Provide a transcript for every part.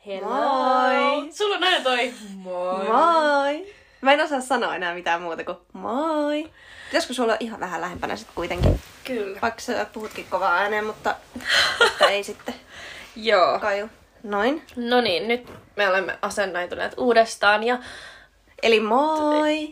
Hello! Moi! Sulla on aina toi moi! Moi! Mä en osaa sanoa enää mitään muuta kuin moi. Pitäisikö sulla olla ihan vähän lähempänä sit kuitenkin? Kyllä. Vaikka sä puhutkin kovaa ääneen, mutta ei sitten Joo. kaju. Noin. No niin, nyt me olemme asennoituneet uudestaan ja... Eli moi!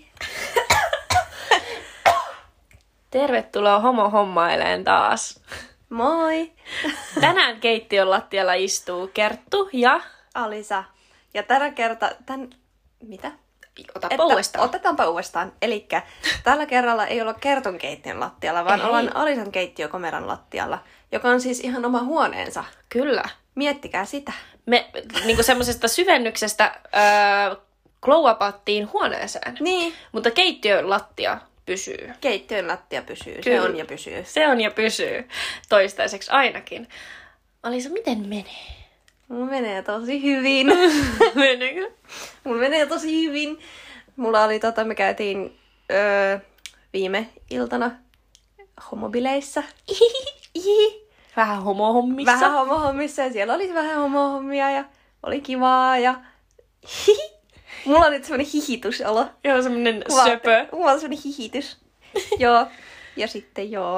Tervetuloa homo-hommaileen taas. Moi! Tänään keittiön lattialla istuu Kerttu ja... Alisa. Ja tällä kertaa... Mitä? Otapa uudestaan. Otetaanpa uudestaan. Elikkä tällä kerralla ei olla Kertun keittiön lattialla, vaan ollaan Alisan keittiökomeran lattialla, joka on siis ihan oma huoneensa. Kyllä. Miettikää sitä. Me niinku semmosesta syvennyksestä glow-upattiin huoneeseen. Niin. Mutta keittiön lattia pysyy. Keittiön lattia pysyy. Kyllä. Se on ja pysyy. Se on ja pysyy. Toistaiseksi ainakin. Alisa, miten menee? Mulla menee tosi hyvin. Meneekö? Mulla menee tosi hyvin. Mulla oli me käytiin viime iltana homobileissä. Vähän homohommissa. Vähän homohommissa ja siellä oli vähän homohommia ja oli kivaa ja mulla on nyt semmonen hihitysolo. Joo, semmonen söpö. Mulla on semmonen hihitys. Joo. Ja sitten joo,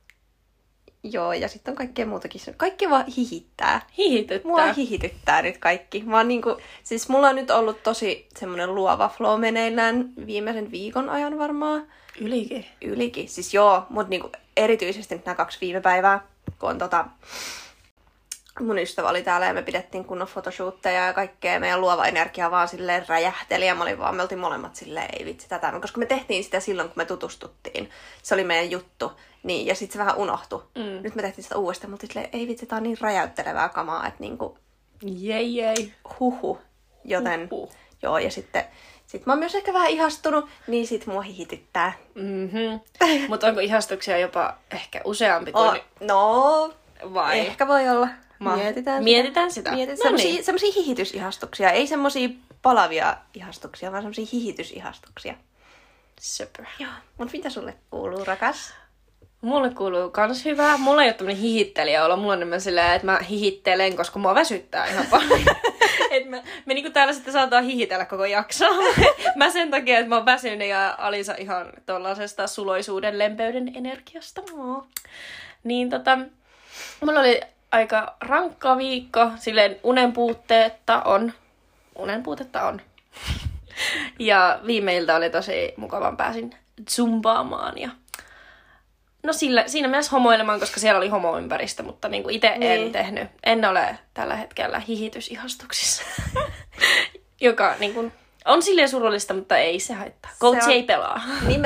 ja sitten on kaikkea muutakin. Kaikki vaan hihittää. Hihityttää. Mua hihityttää nyt kaikki. Mä oon siis mulla on nyt ollut tosi semmonen luova flow meneillään viimeisen viikon ajan varmaan. Ylikin. Siis joo, mut erityisesti nyt nämä 2 viime päivää, kun on mun ystävä oli täällä ja me pidettiin kunnon photoshootteja ja kaikkea. Meidän luova energia vaan silleen räjähteli ja me oltiin molemmat silleen, ei vitsi tätä. Koska me tehtiin sitä silloin, kun me tutustuttiin. Se oli meidän juttu. Niin, ja sitten se vähän unohtui. Nyt me tehtiin sitä uudestaan, mutta silleen, ei vitsi, tää on niin räjäyttelevää kamaa, että Jei. Huhu. Joten, joo, ja sitten mä oon myös ehkä vähän ihastunut, niin sit mua hihityttää. Mutta onko ihastuksia jopa ehkä useampi kuin... No, vai? Ehkä voi olla. Mietitään sitä. Semmosia hihitysihastuksia. Ei semmosia palavia ihastuksia, vaan semmosia hihitysihastuksia. Söpö. Joo. Mut mitä sulle kuuluu, rakas? Mulle kuuluu kans hyvää. Mulla ei ole tämmönen hihittelijä olla. Mulla on enemmän silleen, että mä hihittelen, koska mua väsyttää ihan paljon. me niinku täällä sitten saataan hihitellä koko jaksoa. Mä sen takia, että mä oon väsynyt ja Alisa ihan tollasesta suloisuuden, lempeyden energiasta. Niin mulla oli aika rankka viikko. Silleen unenpuutetta on. Ja viime ilta oli tosi mukavan, pääsin zumbaamaan ja no siinä mielessä homoilemaan, koska siellä oli homoympäristö, mutta niinku itse en tehnyt. En ole tällä hetkellä hihitysihastuksissa. Joka niinku on silleen surullista, mutta ei se haittaa. Coach ei pelaa.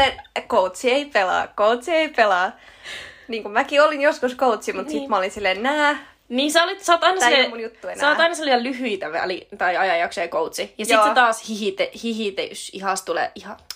Coach ei pelaa. Niin kuin mäkin olin joskus coachi, mutta sit mä olin silleen Niin sä oot aina silleen lyhyitä tai ajanjaksoja coachi. Ja sit sä taas hihitysihastelet.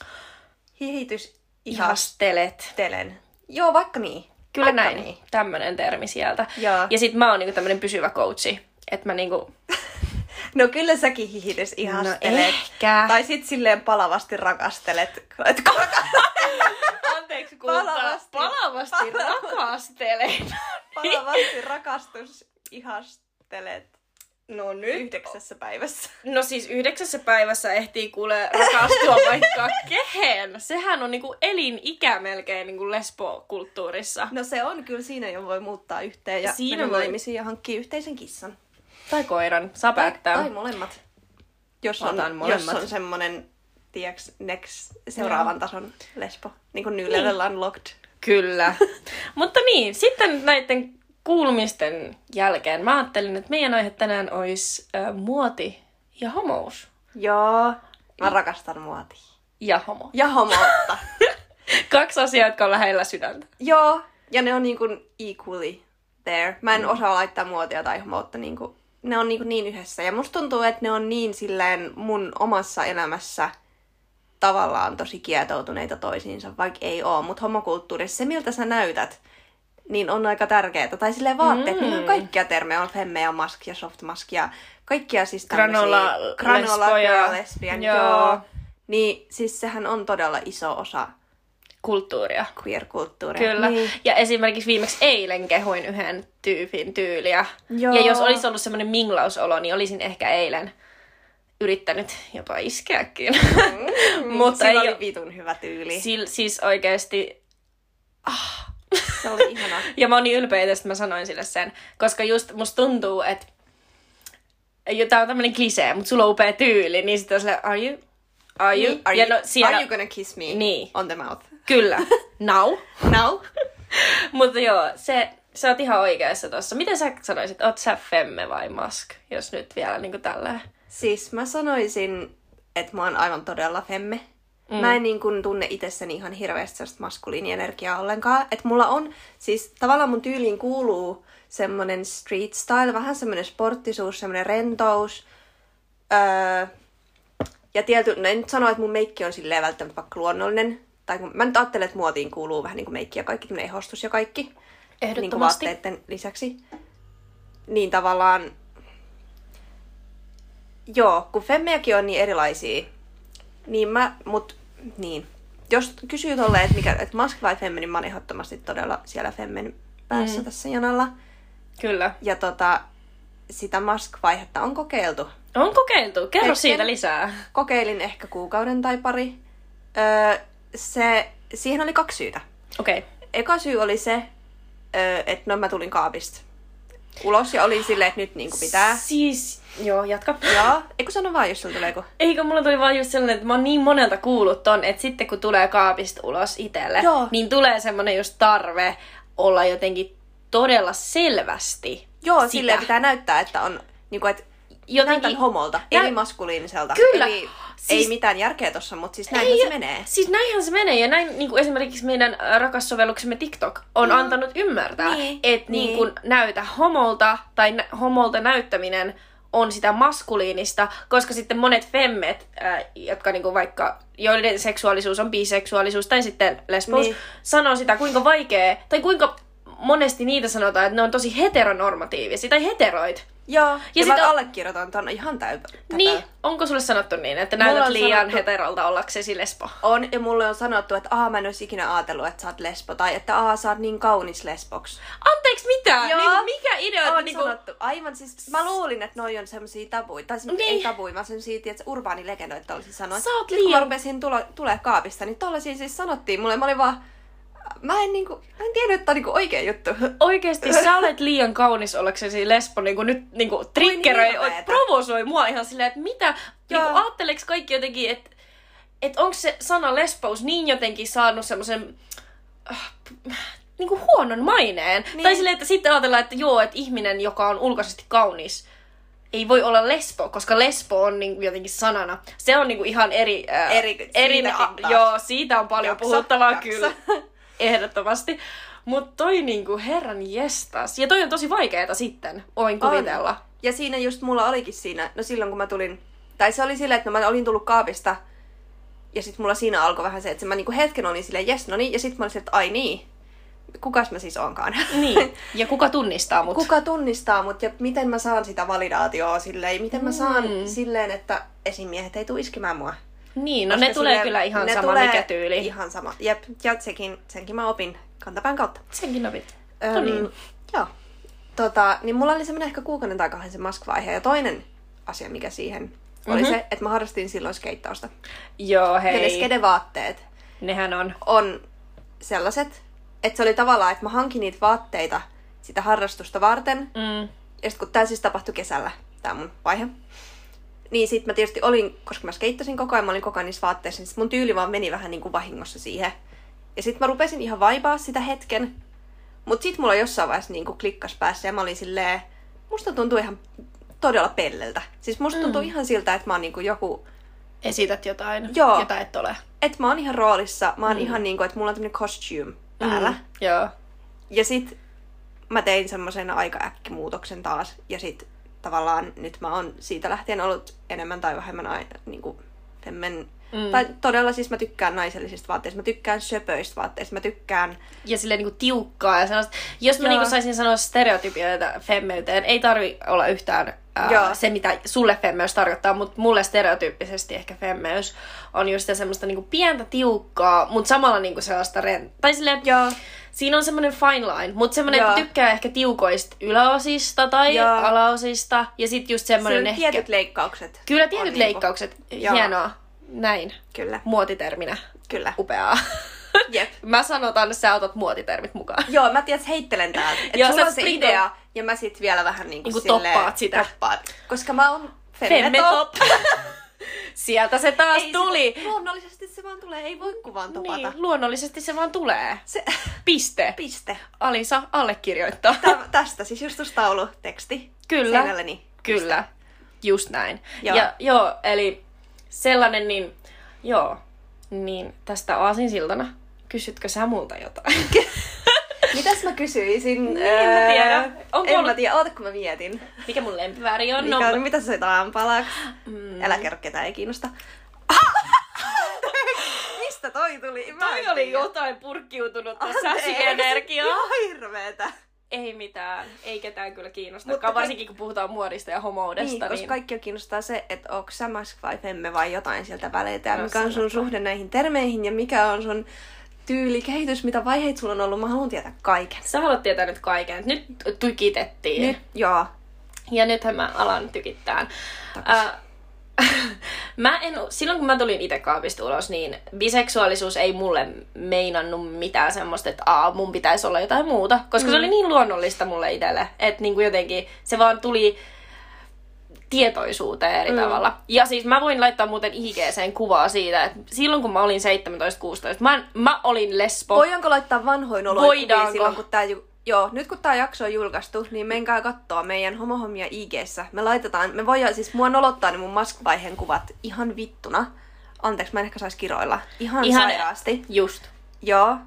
Hihitysihastelet. Joo, vaikka niin. Kyllä vaikka näin. Niin. Tämmönen termi sieltä. Joo. Ja sit mä oon niinku tämmönen pysyvä coachi. Että mä niinku... No kyllä säkin hihitysihastelet. No ehkä. Tai sit silleen palavasti rakastelet. Anteeksi kuultaa. Palavasti rakastelen. Palavasti rakastusihastelet. No nyt. 9 päivässä. No siis 9 päivässä ehtii kuule rakastua vaikka kehen. Sehän on niinku elinikä melkein niinku lesbokulttuurissa. No se on kyllä, siinä jo voi muuttaa yhteen ja siinä mennä naimisiin ja hankkia yhteisen kissan. Tai koiran, saa päättää. Tai molemmat. Jos on semmonen, tiiäks, seuraavan tason lesbo. Niin kuin New Level Unlocked. Kyllä. Mutta niin, sitten näiden kuulumisten jälkeen mä ajattelin, että meidän aihe tänään olisi muoti ja homous. Joo, mä rakastan muotia. Ja homo. Ja homoutta. 2 asiaa, jotka on lähellä sydäntä. Joo, ja ne on niin kuin equally there. Mä en osaa laittaa muotia tai homoutta niinku, ne on niin yhdessä. Ja musta tuntuu, että ne on niin silleen mun omassa elämässä tavallaan tosi kietoutuneita toisiinsa, vaikka ei oo. Mutta homokulttuurissa se, miltä sä näytät, niin on aika tärkeää. Tai silleen vaatteet, niin on kaikkia termejä. On femme ja mask ja soft mask ja kaikkia siis tämmöisiä. Granola, lesbian. Joo. Niin siis sehän on todella iso osa kulttuuria. Queer-kulttuuria. Kyllä. Niin. Ja esimerkiksi viimeksi eilen kehuin yhden tyypin tyyliä. Joo. Ja jos olisi ollut semmoinen minglausolo, niin olisin ehkä eilen yrittänyt jopa iskeäkin. Mutta sillä ei oli vitun hyvä tyyli. siis oikeesti... Se oli ihanaa. Ja mä oon niin ylpeä, että mä sanoin sille sen. Koska just musta tuntuu, että... Tää on tämmönen klisee, mutta sulla on upea tyyli. Niin sit on silleen, are you? Niin, Siellä... are you gonna kiss me Niin. on the mouth? Kyllä. Now. Now? Mutta joo, sä oot ihan oikeassa tossa. Miten sä sanoisit, oot sä femme vai mask? Jos nyt vielä niinku tälleen. Siis mä sanoisin, että mä oon aivan todella femme. Mä en niin kun tunne itsessäni ihan hirveästi sellaista maskuliinienergiaa ollenkaan. Että mulla on, siis tavallaan mun tyyliin kuuluu semmonen street style, vähän semmonen sporttisuus, semmonen rentous. Ja no en nyt sano, että mun meikki on silleen välttämättä vaikka luonnollinen. Tai mä nyt ajattelen, että muotiin kuuluu vähän niin kuin meikki ja kaikki, tämmönen ehostus ja kaikki. Ehdottomasti. Niin kuin vaatteiden lisäksi. Niin tavallaan... Joo, kun femmejäkin on niin erilaisia, niin niin. Jos kysyy tolleen, että mask vai femme, niin mä oon ehdottomasti todella siellä femmen päässä tässä janalla. Kyllä. Ja sitä mask-vaihetta on kokeiltu. On kokeiltu. Kerro siitä lisää. Kokeilin ehkä kuukauden tai pari. Siihen oli 2 syytä. Okei. Eka syy oli se, että mä tulin kaapista ulos ja olin silleen, että nyt niinku pitää. Siis, joo, jatka. Joo, eikö sano vaan, jos sulla tulee joku? Eikö, mulla tuli vaan just sellainen, että mä oon niin monelta kuullut ton, että sitten kun tulee kaapista ulos itselle, niin tulee semmonen just tarve olla jotenkin todella selvästi Joo, silleen pitää näyttää, että on niinku, että näytän homolta, eli maskuliiniselta. Kyllä. Eli ei mitään järkeä tossa, mutta siis näinhän se menee. Siis näinhän se menee, ja näin niin kuin esimerkiksi meidän rakas sovelluksemme TikTok on antanut ymmärtää, että niin kuin näytä homolta, tai homolta näyttäminen on sitä maskuliinista, koska sitten monet femmet, jotka niinku vaikka, joiden seksuaalisuus on biseksuaalisuus tai sitten lesbous, sanoo sitä, kuinka vaikea, tai kuinka monesti niitä sanotaan, että ne on tosi heteronormatiivisia, tai heteroit. Joo, ja mä allekirjoitan ton ihan täyttä. Niin, onko sulle sanottu niin, että näytät liian heterolta ollaksesi lesbo? On, ja mulle on sanottu, että mä en olisi ikinä ajatellut, että sä oot lesbo, tai että sä oot niin kaunis lesboksi. Anteeksi, mitä? Joo. Niin, mikä idea? On sanottu. Aivan, siis mä luulin, että noi on semmosia tabuja, tai ei tabuja, vaan semmosia, että urbaanilegendoita olisi sanoa. Sä oot liian. Kun mä rupesin tulee kaapista, niin tollasia siis sanottiin mulle, mä olin vaan... Mä en tiennyt, että on niinku oikea juttu. Oikeesti sä olet liian kaunis ollaksesi lesbo, niinku nyt niinku triggeröi, provosoi mua ihan silleen, että mitä, niinku ajatteleeks kaikki jotenkin, että onko se sana lesbous niin jotenkin saanut semmosen niinku huonon maineen. Niin. Tai silleen, että sitten ajatellaan, että joo, että ihminen, joka on ulkoisesti kaunis, ei voi olla lesbo, koska lesbo on niinku jotenkin sanana. Se on niinku ihan eri joo, siitä on paljon puhuttavaa kyllä. Ehdottomasti. Mutta toi niinku herran jestas. Ja toi on tosi vaikeeta sitten, voin kuvitella. On. Ja siinä just mulla olikin siinä, no silloin kun mä tulin, tai se oli silleen, että mä olin tullut kaapista, ja sit mulla siinä alkoi vähän se, että mä niinku hetken olin silleen, jes, no niin, ja sit mä olin silleen, että ai niin, kukas mä siis oonkaan? Niin, ja kuka tunnistaa mut? Kuka tunnistaa mut, ja miten mä saan sitä validaatioa silleen, miten mä saan silleen, että esimiehet ei tuu iskemään mua. Niin, no ne tulee kyllä ihan sama, mikä tyyli. Ihan sama, jep. Ja senkin mä opin kantapään kautta. Senkin opit. No niin. Joo. Niin mulla oli semmonen ehkä kuukauden tai 2 se mask-vaihe. Ja toinen asia, mikä siihen oli se, että mä harrastin silloin skeittausta. Joo, hei. Ja ne skedevaatteet. Nehän on sellaiset, että se oli tavallaan, että mä hankin niitä vaatteita sitä harrastusta varten. Ja sit kun tää siis tapahtui kesällä, tää mun vaihe. Niin sit mä tietysti olin, koska mä skeittasin koko ajan, mä olin koko ajan niissä vaatteissa, niin sit mun tyyli vaan meni vähän niinku vahingossa siihen. Ja sit mä rupesin ihan vaipaa sitä hetken. Mut sit mulla jossain vaiheessa niinku klikkas päässä ja mä olin silleen, musta tuntui ihan todella pelleltä. Siis musta tuntui ihan siltä, että mä oon niinku joku... Esität jotain, jota et ole. Että mä oon ihan roolissa, mä oon ihan niinku, että mulla on tämmönen costume päällä. Joo. Ja sit mä tein semmoisen aika äkkimuutoksen taas ja sit tavallaan nyt mä oon siitä lähtien ollut enemmän tai vähemmän niinku femmen Tai todella siis mä tykkään naisellisista vaatteista, mä tykkään söpöistä vaatteista, mä tykkään... Ja silleen niinku tiukkaa ja sellaista. Jos mä niinku saisin sanoa stereotypioita femmeyteen, ei tarvi olla yhtään se, mitä sulle femmeys tarkoittaa, mutta mulle stereotyyppisesti ehkä femmeys on just semmoista niinku pientä tiukkaa, mutta samalla niinku sellaista tai silleen, siinä on semmoinen fine line, mutta semmoinen, että tykkää ehkä tiukoista yläosista tai alaosista. Ja sit just semmoinen ehkä... tietyt leikkaukset. Kyllä, tietyt leikkaukset. Hienoa. Näin. Kyllä. Muotiterminä. Kyllä. Upeaa. Jep. Mä sanotaan, että sä otat muotitermit mukaan. Joo, mä tiedät, heittelen täältä. Että sulla on se idea, ja mä sit vielä vähän niinku silleen... toppaat sitä. Toppaat. Koska mä oon femmetop. Sieltä se taas tuli. Luonnollisesti se vaan tulee, ei voi kuvaan topata. Niin, luonnollisesti se vaan tulee. Piste. Alisa allekirjoittaa. Tästä siis just tuossa tauluteksti. Kyllä. Seinälleni. Kyllä. Just näin. Ja eli sellainen, niin tästä aasinsiltana, kysytkö sä multa jotain? Mitäs mä kysyisin? En mä tiedä. En mä tiedä, oota kun mä mietin. Mikä mun lempiväri on? Mitä sä soit aampalaksi? Älä kerro, ketään ei kiinnosta. Mistä toi tuli? Toi oli jotain purkkiutunutta säsienergiaa. Ihan hirveetä. Ei mitään. Ei ketään kyllä kiinnostakaan, varsinkin kun puhutaan muodista ja homoudesta. Niin, koska kaikkia kiinnostaa se, että onko sä mask vai femme vai jotain sieltä väliltä. Ja mikä on sun suhde näihin termeihin ja mikä on sun tyylikehitys, mitä vaiheita sulla on ollut. Mä haluan tietää kaiken. Sä haluat tietää nyt kaiken. Nyt tykitettiin. Nyt, joo. Ja nythän mä alan tykittään. Silloin kun mä tulin itse kaapista ulos, niin biseksuaalisuus ei mulle meinannut mitään semmoista, että mun pitäisi olla jotain muuta. Koska se oli niin luonnollista mulle itselle, että niinku jotenkin se vaan tuli tietoisuuteen eri tavalla. Ja siis mä voin laittaa muuten IG:seen kuvaa siitä, että silloin kun mä olin 17-16, mä olin lesbo. Voidaanko laittaa vanhoin oloja silloin, kun nyt kun tää jakso on julkaistu, niin menkää katsoa meidän homohommia IG:ssä. Me voidaan, siis mua nolottaa ne mun mask-vaiheen kuvat ihan vittuna. Anteeksi, mä en ehkä sais kiroilla. Ihan sairaasti. Just. Joo.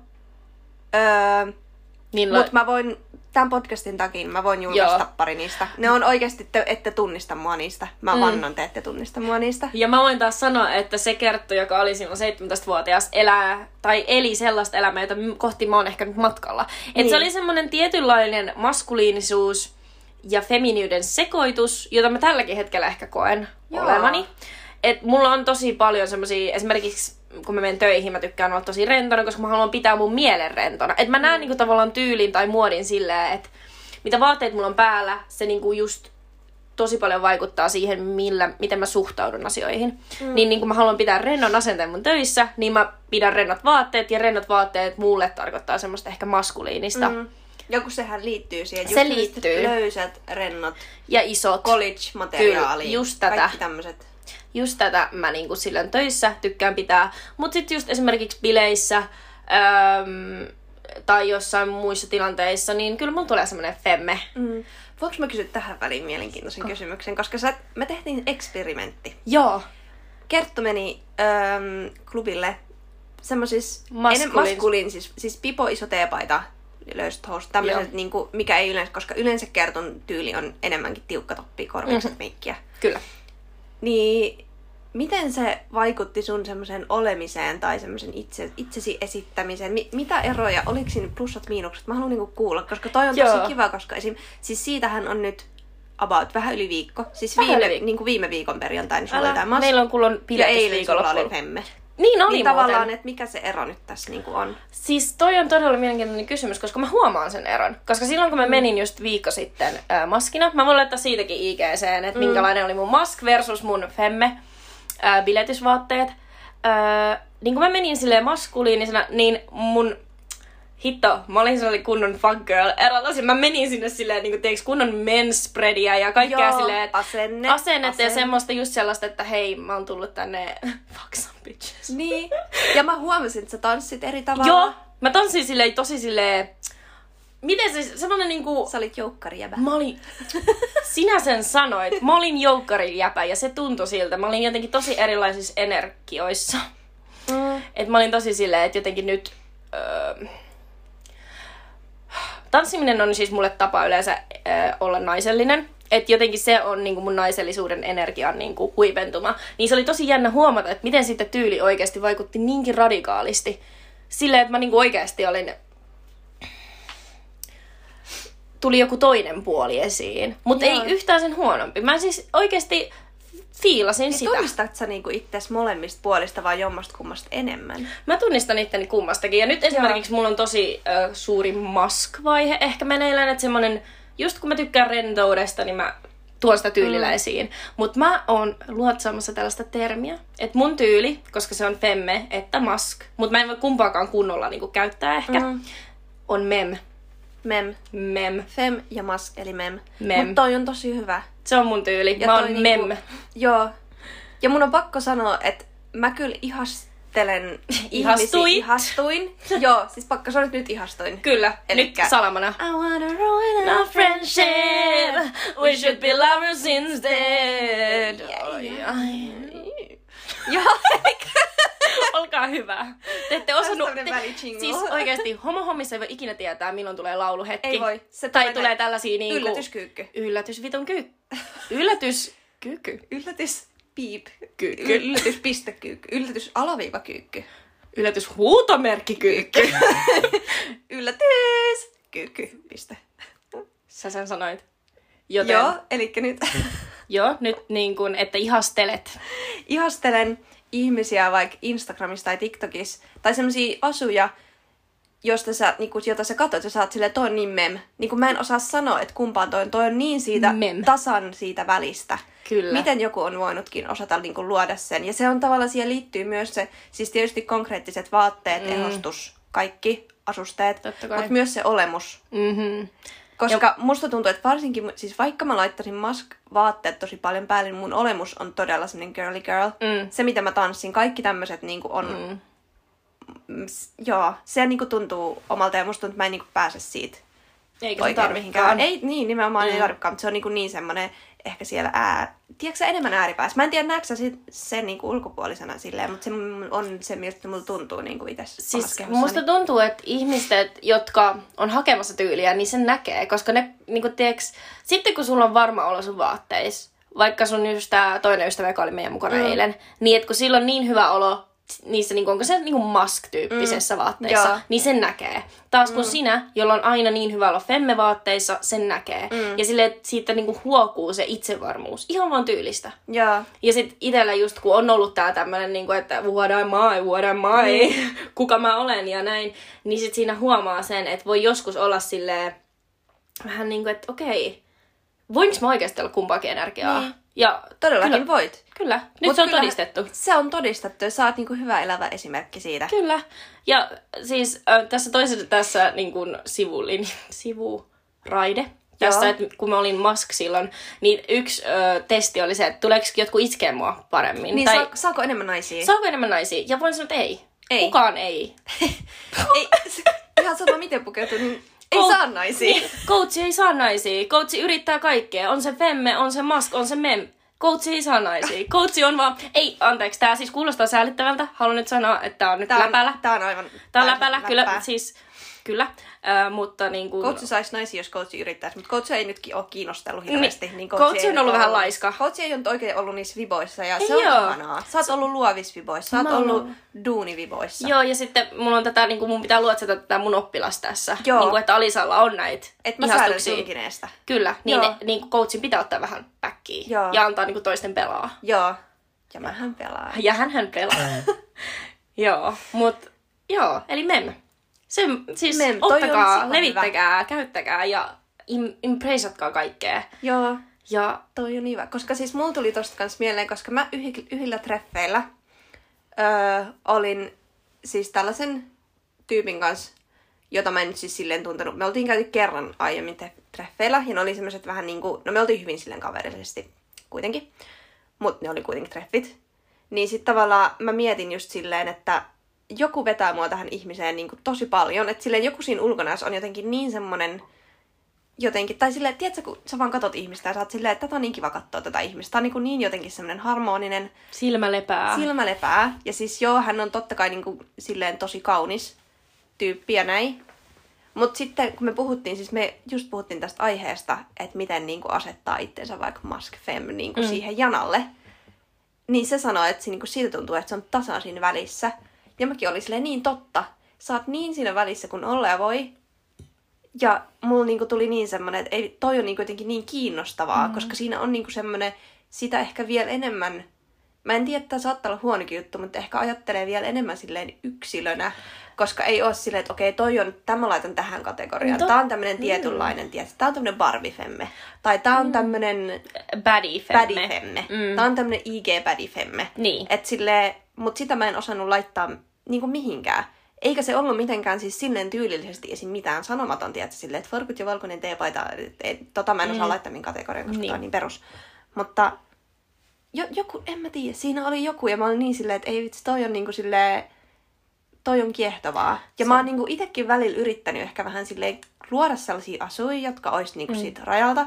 Mut mä voin, tämän podcastin takia mä voin julkaista pari niistä. Ne on oikeesti, ette tunnista mua niistä. Mä vannon, te ette tunnista mua niistä. Ja mä voin taas sanoa, että se Kerttu, joka oli silloin 17-vuotias, eli sellaista elämää, jota kohti mä oon ehkä nyt matkalla. Että se oli semmonen tietynlainen maskuliinisuus ja feminiyden sekoitus, jota mä tälläkin hetkellä ehkä koen olevani. Et mulla on tosi paljon semmosia, esimerkiksi kun mä menen töihin, mä tykkään olla tosi rentona, koska mä haluan pitää mun mielen rentona. Et mä näen niinku tavallaan tyylin tai muodin silleen, että mitä vaatteet mulla on päällä, se niinku just tosi paljon vaikuttaa siihen, miten mä suhtaudun asioihin. Niin kun mä haluan pitää rennon asenteen mun töissä, niin mä pidän rennot vaatteet, ja rennot vaatteet mulle tarkoittaa semmoista ehkä maskuliinista. Ja kun sehän liittyy siihen, se liittyy. Löysät, rennot ja isot college-materiaali, kyllä, just tätä. Kaikki tämmöset. Just tätä mä niinku silloin töissä tykkään pitää. Mut sit just esimerkiksi bileissä tai jossain muissa tilanteissa, niin kyllä mun tulee semmonen femme. Voinko mä kysyä tähän väliin mielenkiintoisen kysymyksen? Koska me tehtiin eksperimentti. Joo. Kerttu meni klubille semmosis maskuliin, siis pipo, iso teepaita, löysät housut, tämmöiset niinku, mikä ei yleensä, koska yleensä Kertun tyyli on enemmänkin tiukka toppi, korvikset, meikkiä. Kyllä. Niin miten se vaikutti sun semmoiseen olemiseen tai semmoisen itsesi esittämiseen? Mitä eroja? Oliko siinä plussat, miinukset? Mä haluan niinku kuulla, koska toi on tosi kiva, koska siis siitähän on nyt about vähän yli viikko. Siis viime viikon perjantaina sulla oli jotain mask. Meillä on kuullut eilen sulla oli femme. Niin oli niin tavallaan, että mikä se ero nyt tässä niinku on? Siis toi on todella mielenkiintoinen kysymys, koska mä huomaan sen eron. Koska silloin kun mä menin just viikko sitten maskina, mä voin laittaa siitäkin IG:seen, että minkälainen oli mun mask versus mun femme biletysvaatteet. Niin kun mä menin silleen maskuliinisena, niin mun hitto, mä olin sellainen kunnon fuck girl erotasin. Mä menin sinne silleen niin kuin kunnon menspreadia ja kaikkea silleen, asennetta ja semmoista just sellaista, että hei, mä oon tullut tänne fuck some bitches. Niin. Ja mä huomasin, että sä tanssit eri tavalla. Joo, mä tanssin silleen tosi silleen, miten se semmonen niinku... Sä olit joukkarijäbä. Mä olin... Sinä sen sanoit. Mä olin joukkarijäbä ja se tuntui siltä. Mä olin jotenkin tosi erilaisissa energioissa. Että mä olin tosi silleen, että jotenkin nyt... Tanssiminen on siis mulle tapa yleensä olla naisellinen. Että jotenkin se on niinku mun naisellisuuden energian niinku huipentuma. Niin se oli tosi jännä huomata, että miten sitten tyyli oikeasti vaikutti niinkin radikaalisti. Silleen, että mä niinku oikeasti olin... Tuli joku toinen puoli esiin. Mutta ei yhtään sen huonompi. mä siis oikeasti fiilasin sitä. Tunnistatko sä niinku itses molemmista puolista vai jommasta kummasta enemmän? Mä tunnistan itteni kummastakin. Ja nyt esimerkiksi mulla on tosi suuri mask-vaihe ehkä meneillään. Että semmonen, just kun mä tykkään rentoudesta, niin mä tuon sitä tyylillä esiin. Mutta mä oon luotsaamassa tällaista termiä. Että mun tyyli, koska se on femme, että mask. Mutta mä en voi kumpaakaan kunnolla niinku käyttää ehkä. On mem. Mem. Fem ja mask, eli mem. Mem. Mutta toi on tosi hyvä. Se on mun tyyli. Ja mä oon mem. Joo. Ja mun on pakko sanoa, että mä kyllä ihastelen ihastuin. Joo, siis pakko sanoa, että nyt ihastuin. Kyllä, elikkä nyt salamana. I wanna ruin our friendship. We should be lovers instead. Joo, olkaa hyvä. Te ette osannut... Siis oikeesti homohommissa ei voi ikinä tietää, milloin tulee lauluhetki. Ei voi. Se tai tulee tällaisia niinku... Yllätyskyykky. Yllätysvitun kyykky. Yllätyskyykky. Yllätyspiip. Kyykky. Yllätyspistekyykky. Yllätysalaviivakyykky. Yllätyshuutomerkkikyykky. Yllätyskyykky. Piste. Sä sen sanoit. Joten... Joo, elikkä nyt... Joo, nyt niin kuin, että ihastelet. Ihastelen ihmisiä vaikka Instagramissa tai TikTokissa. Tai semmosia asuja, jota sä katsot ja sä oot silleen, toi on niin mem. Niin kuin mä en osaa sanoa, että kumpaan toi on niin siitä tasan siitä välistä. Kyllä. Miten joku on voinutkin osata niin kuin luoda sen. Ja se on tavallaan, siihen liittyy myös se, siis tietysti konkreettiset vaatteet, ehostus, kaikki asusteet, mutta myös se olemus. Mm-hmm. Koska musta tuntuu, että varsinkin, siis vaikka mä laittaisin mask-vaatteet tosi paljon päälle, niin mun olemus on todella semmonen girly girl. Se, mitä mä tanssin, kaikki tämmöiset niinku on... Joo, se niinku tuntuu omalta ja musta tuntuu, että mä en niinku pääse siitä. Eikä se tarvikaan. Ei, niin, nimenomaan ei tarvikaan, mutta se on niin semmonen ehkä siellä tiedätkö enemmän ääripäässä? Mä en tiedä, näetkö sä sen niinku ulkopuolisena silleen, mutta se on se, miltä mulla tuntuu niinku itse siis musta tuntuu, että ihmiset, jotka on hakemassa tyyliä, niin sen näkee, koska ne, niinku tiiäks, sitten kun sulla on varma olo sun vaatteissa, vaikka sun just tää toinen ystävä, joka oli meidän mukana eilen, niin että kun sillä on niin hyvä olo niissä, niinku, onko se niinku mask-tyyppisessä vaatteissa, niin sen näkee. Taas kun sinä, jolla on aina niin hyvä olla femme-vaatteissa, sen näkee. Ja silleen, että siitä niinku huokuu se itsevarmuus. Ihan vaan tyylistä. Ja sit itellä just, kun on ollut tää tämmönen, niinku, että what am I, kuka mä olen ja näin, niin sit siinä huomaa sen, että voi joskus olla silleen vähän niinku, että okei, voinko mä oikeasti olla kumpaakin energiaa? Niin. Ja todellakin voit. Kyllä, nyt se on todistettu. Se on todistettu ja sä oot niinku hyvä elävä esimerkki siitä. Kyllä. Ja siis tässä niin kuin sivuraide. Tässä, että kun mä olin mask silloin, niin yksi testi oli se, että tuleeko jotkut iskee mua paremmin. Niin, saako enemmän naisia? Saako enemmän naisia? Ja voin sanoa, että ei. Kukaan ei. Ei. Ihan sama miten pukeutuu, niin ei saa naisia. Niin, coachi ei saa naisia. Coachi yrittää kaikkea. On se femme, on se mask, on se mem. Coachi ei saa naisia. Coachi on vaan... Ei, anteeksi, tää siis kuulostaa säälittävältä. Haluan nyt sanoa, että tää on nyt läpälä. Tää on aivan... Tää on läpälä, kyllä, siis... Kyllä, mutta niinku... Coachi saisi naisia, jos coachi yrittäisi, mutta coachi ei nytkin ole kiinnostellut hirveästi. Niin coachi on ollut vähän laiska. Coachi ei ole oikein ollut niissä viboissa ja se on ihanaa. Sä oot ollut luovissa viboissa, sä oot ollut duuniviboissa. Joo, ja sitten mulla on tätä, niinku mun pitää luotsata tätä mun oppilasta tässä. Niinku, että Alisalla on näitä ihastuksia. Synkineestä. Kyllä, niin niinku coachin pitää ottaa vähän päkkiä ja antaa niinku toisten pelaa. Joo, ja mähän pelaa. Ja hän pelaa. Joo, mut joo, eli mem. Se, siis ottakaa, levittäkää, käyttäkää ja impressatkaa kaikkea. Joo, ja toi on hyvä. Koska siis mulla tuli tosta kans mieleen, koska mä yhdillä treffeillä olin siis tällaisen tyypin kanssa, jota mä en nyt siis silleen tuntenut. Me oltiin käyty kerran aiemmin treffeillä ja ne oli semmoset vähän niinku, no me oltiin hyvin silleen kaverillisesti kuitenkin, mut ne oli kuitenkin treffit. Niin sit tavallaan mä mietin just silleen, että joku vetää mua tähän ihmiseen niin kuin tosi paljon, että silleen joku siinä ulkona on jotenkin niin semmonen jotenkin, tai silleen, tiedätkö, kun sä vaan katot ihmistä ja sä oot silleen, että tätä on niin kiva katsoa tätä ihmistä. Tää on niin jotenkin semmonen harmoninen. Silmä lepää. Ja siis joo, hän on totta kai niin kuin silleen tosi kaunis tyyppi ja näin. Mutta sitten kun me puhuttiin, siis me just puhuttiin tästä aiheesta, että miten niinku asettaa itsensä vaikka mask fem niinku siihen janalle. Niin se sanoi, että niinku siitä tuntuu, että se on tasan siinä välissä. Ja mäkin olin silleen niin totta. Sä oot niin siinä välissä, kun olla ja voi. Ja mulla niinku tuli niin semmoinen, että ei, toi on niinku jotenkin niin kiinnostavaa, koska siinä on niinku semmoinen, sitä ehkä vielä enemmän, mä en tiedä, että tämä saattaa olla huonokin juttu, mutta ehkä ajattelee vielä enemmän silleen yksilönä, koska ei ole silleen, että okei, tämä laitan tähän kategoriaan. Tää on tämmönen tietynlainen, tää on tämmönen barbifemme. Tai tää on tämmönen baddifemme. Tää on tämmönen IG-baddifemme. Niin. Mut sitä mä en osannut laittaa niinku mihinkään. Eikä se ollut mitenkään siis silleen tyylillisesti esim. Mitään sanomaton, tiedätkö, silleen, että farkut ja valkoinen teepaita, mä en osaa laittaa min kategoriaan, koska niin. Tää on niin perus. Mutta joku, en mä tiedä, siinä oli joku, ja mä olin niin silleen, että ei vitsi, toi on niinku silleen, toi on kiehtovaa. Ja mä oon niinku itekin välillä yrittänyt ehkä vähän silleen luoda sellaisia asuja, jotka ois niinku siitä rajalta,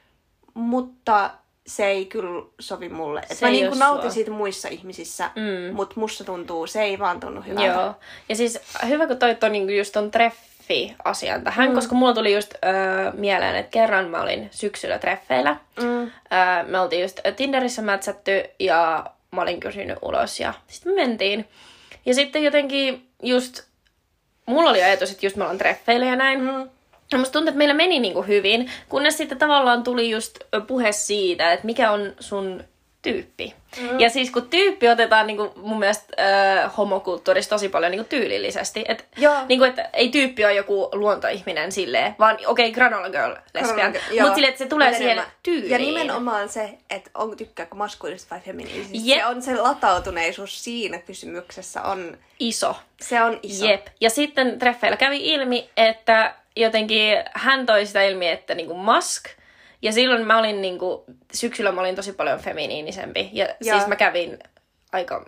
mutta se ei kyllä sovi mulle. Et mä niinku nautin siitä muissa ihmisissä, mutta musta tuntuu, se ei vaan tunnu hyvältä. Joo. Ja siis hyvä, kun toit on niinku just ton treffi-asian tähän, koska mulla tuli just mieleen, että kerran mä olin syksyllä treffeillä. Me oltiin just Tinderissä mätsätty ja mä olin kysynyt ulos ja sitten me mentiin. Ja sitten jotenkin just, mulla oli ajatus, että just me ollaan treffeillä ja näin. Ja musta tuntuu, että meillä meni niinku hyvin, kunnes sitten tavallaan tuli just puhe siitä, että mikä on sun tyyppi. Ja siis kun tyyppi otetaan niinku mun mielestä homokulttuurissa tosi paljon niinku tyylillisesti. Että niinku, et ei tyyppi ole joku luontoihminen silleen, vaan okei, granola girl, lesbian. Mutta silleen, että se tulee siihen tyyliin. Ja nimenomaan se, että tykkääkö maskuliinista vai feminiinisistä. Se on se latautuneisuus siinä kysymyksessä on iso. Se on iso. Jep. Ja sitten treffeillä kävi ilmi, että jotenkin hän toi sitä ilmi, että niinku mask. Ja silloin mä olin niinku, syksyllä mä olin tosi paljon feminiinisempi. Ja siis mä kävin aika,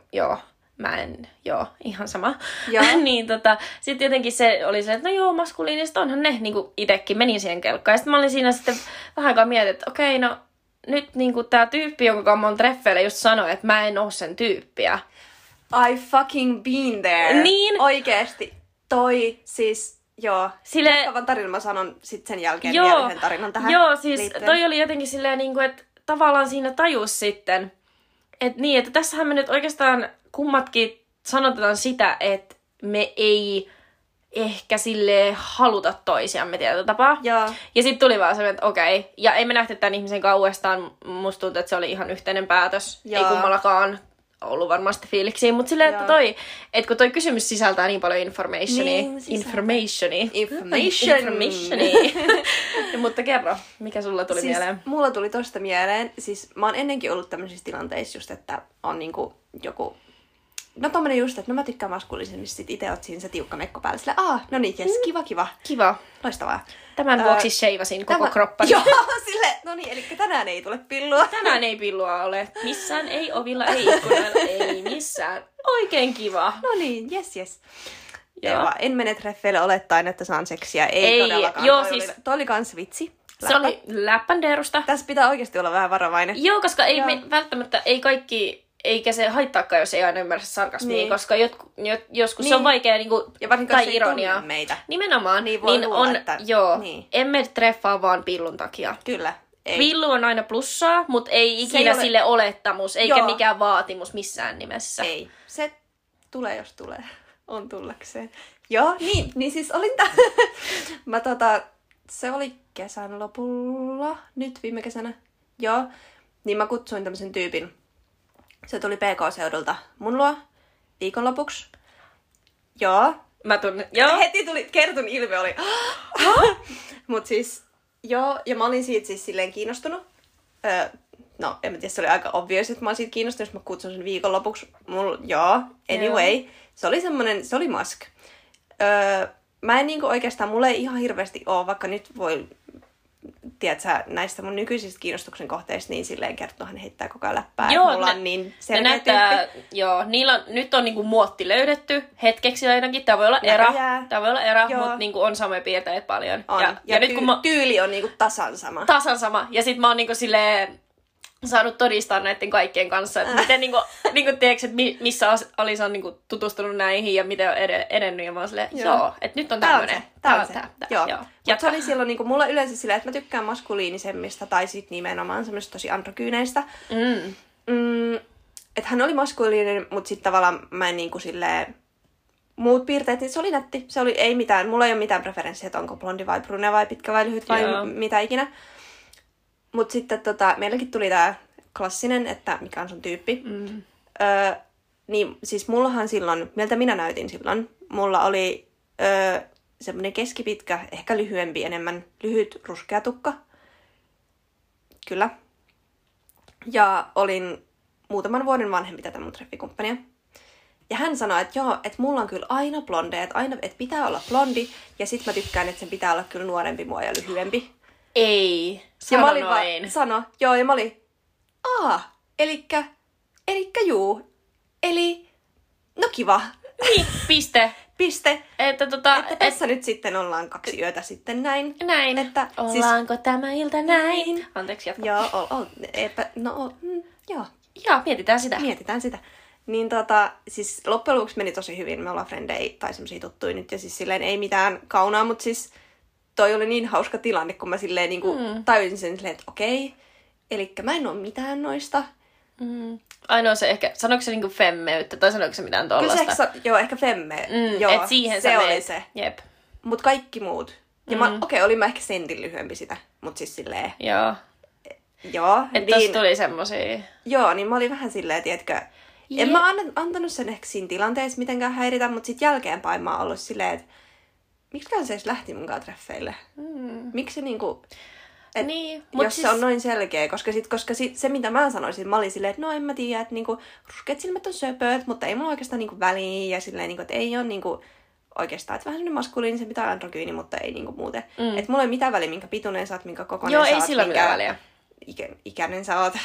ihan sama. Niin sit jotenkin se oli se, että no joo, maskuliinista onhan ne, niinku itekin menin siihen kelkkaan. Ja sitten mä olin siinä sitten vähän aikaa mietin, että okei, no nyt niinku tää tyyppi, jonka kanssa mä oon treffeillä, just sanoi, että mä en oo sen tyyppiä. I fucking been there. Niin. Oikeesti. Toi siis... Joo, jatkavan tarinan mä sanon sit sen jälkeen vielä yhden tarinan tähän. Joo, siis liittyen. Toi oli jotenkin silleen, niin että tavallaan siinä tajus sitten, että niin, että tässähän me nyt oikeastaan kummatkin sanotaan sitä, että me ei ehkä silleen haluta toisiamme tietyllä tapaa. Ja sitten tuli vaan se, että okei. Ja ei me nähty tämän ihmisen kauestaan. Musta tuntuu, että se oli ihan yhteinen päätös. Ei kummallakaan ollut varmaan sitten fiiliksiä, mutta silleen, että kun toi kysymys sisältää niin paljon informationia. Mutta kerro, mikä sulla tuli mieleen? Mulla tuli tosta mieleen, siis mä oon ennenkin ollut tämmöisissä tilanteissa just, että on niinku joku, no tommonen just, että no mä tykkään maskuliinisesti, sit ite oot siinä se tiukka mekko päällä, silleen, no niin, jes, kiva. Kiva. Loistavaa. Tämän vuoksi sheivasin koko kroppani. Joo, silleen, no niin, eli tänään ei tule pillua. Tänään ei pillua ole. Missään ei ovilla, ei ikkunalla, ei missään. Oikein kiva. No niin, jes. Joo. En mene treffeille olettaen, että saan seksiä. Ei todellakaan. Joo, toi oli kans vitsi. Se oli läppändeerusta. Tässä pitää oikeasti olla vähän varovainen. Joo, koska ei välttämättä, ei kaikki, eikä se haittaakaan, jos ei aina ymmärrä sarkasmia, niin. Koska joskus se on vaikea, niinku, ja tai ironiaa. Meitä. Nimenomaan. Niin voi luulla, on, että... Niin. Emme treffaa vaan pillun takia. Kyllä. Ei. Pillu on aina plussaa, mutta ei ikinä sille olettamus, eikä mikään vaatimus missään nimessä. Ei. Se tulee, jos tulee. On tullakseen. Joo, niin siis olin mä se oli kesän lopulla, nyt viime kesänä. Joo, niin mä kutsuin tämmöisen tyypin. Se tuli PK-seudulta mun luo viikonlopuksi. Joo. Mä tunnen, joo. Heti tuli, Kertun ilme oli. Mut siis, joo, ja mä olin siitä siis silleen kiinnostunut. No, en mä tiedä, se oli aika obvious, että mä oon siitä kiinnostunut, jos mä kutsun sen viikonlopuksi. Anyway. Se oli mask. Mä en niinku oikeastaan, mulla ei ihan hirveästi oo, vaikka nyt voi, tiedätkö, näistä mun nykyisistä kiinnostuksen kohteista, niin silleen Kerttuhan heittää koko ajan läppää. Joo, mulla on niin selkeä tyyppi. Joo, nyt on niinku muotti löydetty, hetkeksi ainakin. Tää voi olla erä, mutta niinku on samoja piirteitä paljon. On. Ja nyt kun tyyli on niinku tasan sama. Ja sit mä oon niinku silleen, saanut todistaa näiden kaikkien kanssa, että miten niinku tiedätkö, että missä Alisa on niinku tutustunut näihin ja miten on edennyt. Ja mä oon silleen, joo, että nyt on tämmönen. Tää on se. Joo. Mutta se oli silloin niinku, mulla yleensä silleen, että mä tykkään maskuliinisemmista tai sit nimenomaan semmoista tosi androgyyneistä. Että hän oli maskuliininen, mutta sitten tavallaan mä en niinku silleen... Muut piirteet, niin se oli nätti. Se oli ei mitään. Mulla ei ole mitään preferenssiä, että onko blondi vai brune vai pitkä vai lyhyt vai mitä ikinä. Mutta sitten meilläkin tuli tää klassinen, että mikä on sun tyyppi. Niin siis mullahan silloin, miltä minä näytin silloin, mulla oli semmoinen keskipitkä, ehkä lyhyempi, enemmän lyhyt ruskea tukka. Kyllä. Ja olin muutaman vuoden vanhempi tätä mun treffikumppania. Ja hän sanoi, että joo, että mulla on kyllä aina blondeja, että pitää olla blondi. Ja sit mä tykkään, että sen pitää olla kyllä nuorempi mua ja lyhyempi. Ei, sano noin. Joo, ja mä olin, elikkä juu. Eli, no kiva. Niin, piste. Että tässä nyt sitten ollaan 2 yötä sitten näin. Näin. Että, ollaanko tämä ilta näin? Anteeksi, jatka. Joo, joo. Joo, mietitään sitä. Niin siis loppujen lopuksi meni tosi hyvin. Me ollaan frendejä tai semmosia tuttuja nyt. Ja siis silleen ei mitään kaunaa, mutta siis toi oli niin hauska tilanne, kun mä silleen niinku tajusin sen silleen, että okei. Elikkä mä en oo mitään noista. Ainoa se ehkä, sanoiko se niinku femmeyttä tai sanoiko se mitään tollasta? Joo, ehkä femme. Joo, et siihen se oli meet. Se. Jep. Mut kaikki muut. Ja olin mä ehkä sentin lyhyempi sitä. Mut siis silleen. Joo. Että tossa tuli semmosia. Joo, niin mä olin vähän silleen, tiedätkö. En mä antanut sen ehkä siinä tilanteessa mitenkään häiritä, mutta sit jälkeenpäin mä oon ollut silleen, että miksiköhän se edes lähti munkaan treffeille? Miksi se niinku... Niin, jos siis... se on noin selkeä, koska se mitä mä sanoisin, mä olin silleen, että no en mä tiedä, että niinku, ruskeat silmät on söpöt, mutta ei mulla oikeastaan niinku väliä ja silleen, niinku, että ei ole niinku, oikeastaan, että vähän semmoinen maskuliinisen pitää androgyyni, mutta ei niinku muuten. Että mulla ei mitään väliä, minkä pituinen sä oot, minkä kokoinen sä oot. Joo, ei sillä mitään väliä. Ikäinen sä oot.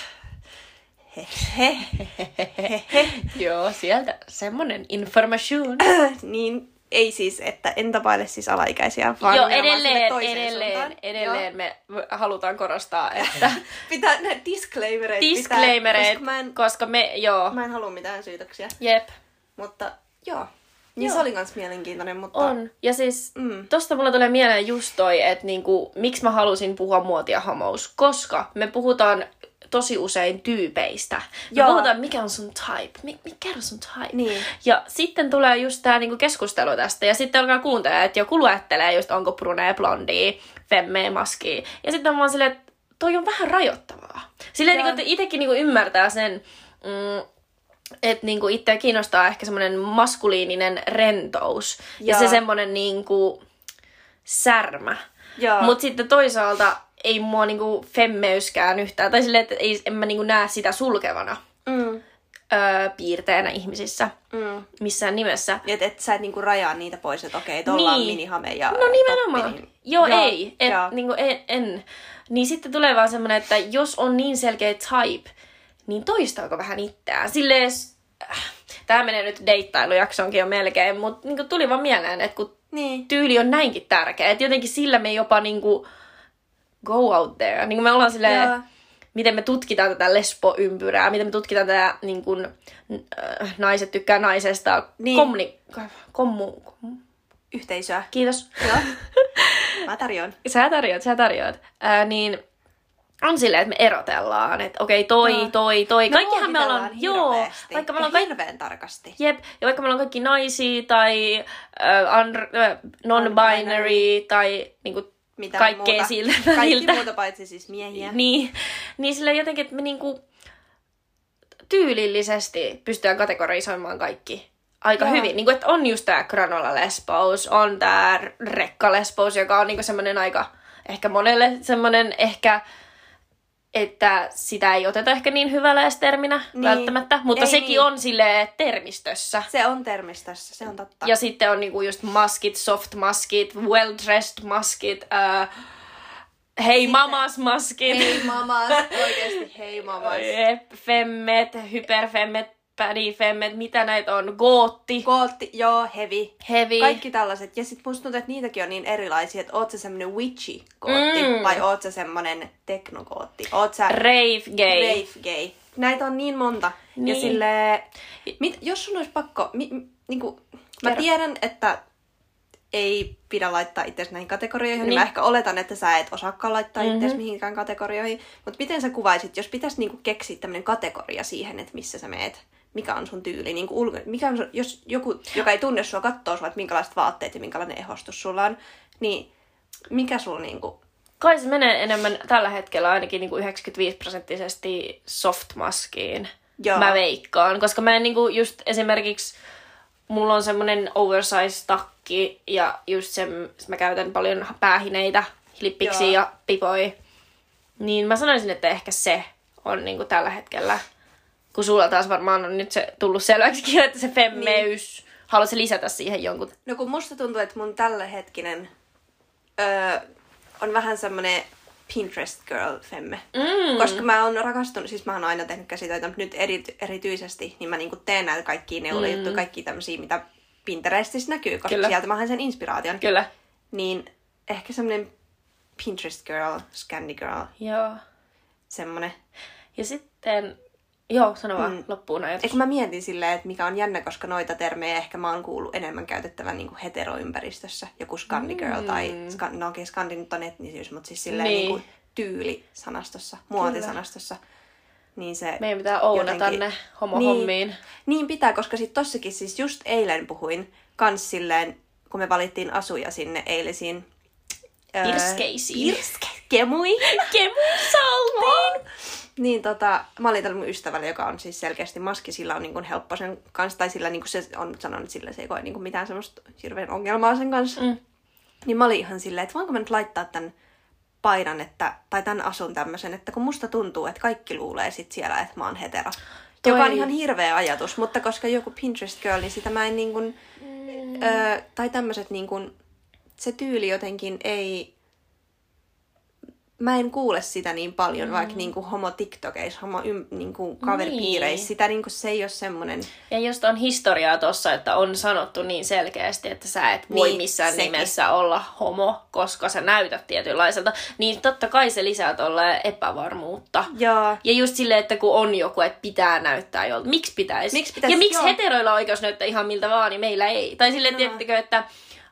Joo, sieltä semmonen information. Niin, ei siis, että en tapaile siis alaikäisiä, vaan joo, edelleen me halutaan korostaa, että... pitää näitä disclaimereita. Koska mä en halua mitään syytöksiä. Jep. Mutta joo. Niin se oli kans mielenkiintoinen, mutta... On. Ja siis tosta mulla tulee mieleen just toi, että niinku, miksi mä halusin puhua muoti ja homous. Koska me puhutaan tosi usein tyypeistä. Me puhutaan, mikä on sun type. Mikä on sun type? Niin. Ja sitten tulee just tää niinku keskustelu tästä. Ja sitten alkaa kuuntelemaan, että joku luettelee just onko brunea, blondia, femmea, maskia. Ja sitten on vaan silleen, että toi on vähän rajoittavaa. Silleen, niinku, että itekin niinku ymmärtää sen... että niinku itseä kiinnostaa ehkä semmoinen maskuliininen rentous. Ja se semmoinen niinku särmä. Mut sitten toisaalta ei mua niinku femmeyskään yhtään. Tai silleen, että en mä niinku näe sitä sulkevana piirteenä ihmisissä. Missään nimessä. Et sä et niinku rajaa niitä pois, että okei, tuolla on minihame ja no nimenomaan. Toppi, niin... Joo, ei. Niinku en. Niin sitten tulee vaan semmoinen, että jos on niin selkeä type, niin toistaako vähän itseään? Silleen, tää menee nyt deittailujaksoonkin jo melkein, mutta niinku tuli vaan mieleen, että kun tyyli on näinkin tärkeä, että jotenkin sillä me jopa niinku go out there. Niinku me ollaan silleen, miten me tutkitaan tätä lesboympyrää, miten me tutkitaan tätä niinku, naiset tykkää naisesta, yhteisöä. Kiitos. Joo. Mä tarjoan. Sä tarjoat. Niin... On silleen, että me erotellaan, että okei, toi. Kaikkihan me ollaan, vaikka me ollaan hirveän tarkasti. Jep, ja vaikka me ollaan kaikki naisia tai non-binary tai niinku kaikkea siltä väliltä. Kaikki muuta paitsi siis miehiä. Niin silleen jotenkin, että me niinku tyylillisesti pystytään kategorisoimaan kaikki aika hyvin. Niinku, että on just tää granola-lesbous, on tää rekka-lesbous, joka on niinku semmonen aika, ehkä monelle semmonen ehkä... että sitä ei oteta ehkä niin hyvällä edes terminä välttämättä, mutta sekin on silleen termistössä. Se on termistössä, se on totta. Ja sitten on niinku just maskit, soft maskit, well-dressed maskit, hei mamas maskit. Hei mamas, oikeesti hei mamas. Femmet, hyperfemmet, baddie femmet, mitä näitä on, gootti. Gootti, joo, heavy. Heavy. Kaikki tällaiset. Ja sit musta tuntuu, että niitäkin on niin erilaisia, että oot sä semmonen witchy gootti vai oot sä semmonen teknogootti. Oot sä Rave gay. rave gay. Näitä on niin monta. Niin. Ja silleen, jos sun olisi pakko, niinku, mä tiedän, että ei pidä laittaa itseäsi näihin kategorioihin, niin mä ehkä oletan, että sä et osaakaan laittaa itseäsi mihinkään kategorioihin. Mutta miten sä kuvaisit, jos pitäisi niinku keksiä tämmönen kategoria siihen, että missä sä meet, mikä on sun tyyli, niinku mikä on jos joku, joka ei tunne sua, katsoo sua, että minkälaiset vaatteet ja minkälainen ehostus sulla on, niin mikä sulla niinku... Kai se menee enemmän tällä hetkellä ainakin niinku 95% softmaskiin. Joo. Mä veikkaan, koska mä en niinku just esimerkiksi, mulla on semmonen oversize takki ja just mä käytän paljon päähineitä, lippiksi ja pipoi. Niin mä sanoisin, että ehkä se on niinku tällä hetkellä, kun sulla taas varmaan on nyt se tullut selväksikin, että se femmeys, niin. Haluatko lisätä siihen jonkun? No kun musta tuntuu, että mun tällä hetkinen on vähän semmonen Pinterest girl femme. Koska mä oon rakastunut, siis mä oon aina tehnyt käsitöitä, mutta nyt erityisesti, niin mä niinku teen näitä kaikkia neulajuttuja, kaikkia tämmösiä, mitä Pinterestissä näkyy, koska Kyllä. sieltä mä haen sen inspiraation. Kyllä. Niin ehkä semmonen Pinterest girl, Scandi girl, Joo. semmonen. Ja sitten, joo, sano vaan loppuun ajatus. Eikö mä mietin silleen, että mikä on jännä, koska noita termejä ehkä mä oon kuullut enemmän käytettävän niin kuin heteroympäristössä. Joku Scandi girl tai, no okei, Scandi nyt on etnisyys, mutta siis silleen niin kuin tyylisanastossa, muotisanastossa. Niin se meidän pitää ounata ne homohommiin. Niin pitää, koska sit tossakin siis just eilen puhuin kans silleen, kun me valittiin asuja sinne eilisiin Pirskeisiin. Kemui. Kemusaltiin. Niin mä olin tällä mun ystävällä, joka on siis selkeästi maski, sillä on niin kuin helppo sen kanssa, tai sillä niin kuin se on sanonut, että sillä se ei koe niin kuin mitään semmoista hirveän ongelmaa sen kanssa. Niin mä olin ihan silleen, että voinko mä nyt laittaa tämän paidan, tai tämän asun tämmöisen, että kun musta tuntuu, että kaikki luulee sit siellä, että mä oon hetero. Joka on ihan hirveä ajatus, mutta koska joku Pinterest girl, niin sitä mä en niin kuin, tai tämmöiset niin kuin, se tyyli jotenkin ei... Mä en kuule sitä niin paljon, vaikka niinku homo-tiktokeissa, niinku kaveripiireissä. Sitä niinku se ei ole semmonen... Ja just on historiaa tossa, että on sanottu niin selkeästi, että sä et voi missään nimessä olla homo, koska sä näytät tietynlaiselta. Niin totta kai se lisää tolleen epävarmuutta. Joo. Ja just silleen, että kun on joku, että pitää näyttää jolta. Miksi pitäisi? Ja miksi heteroilla on oikeus näyttää ihan miltä vaan, niin meillä ei. Tai silleen, tiettikö, että...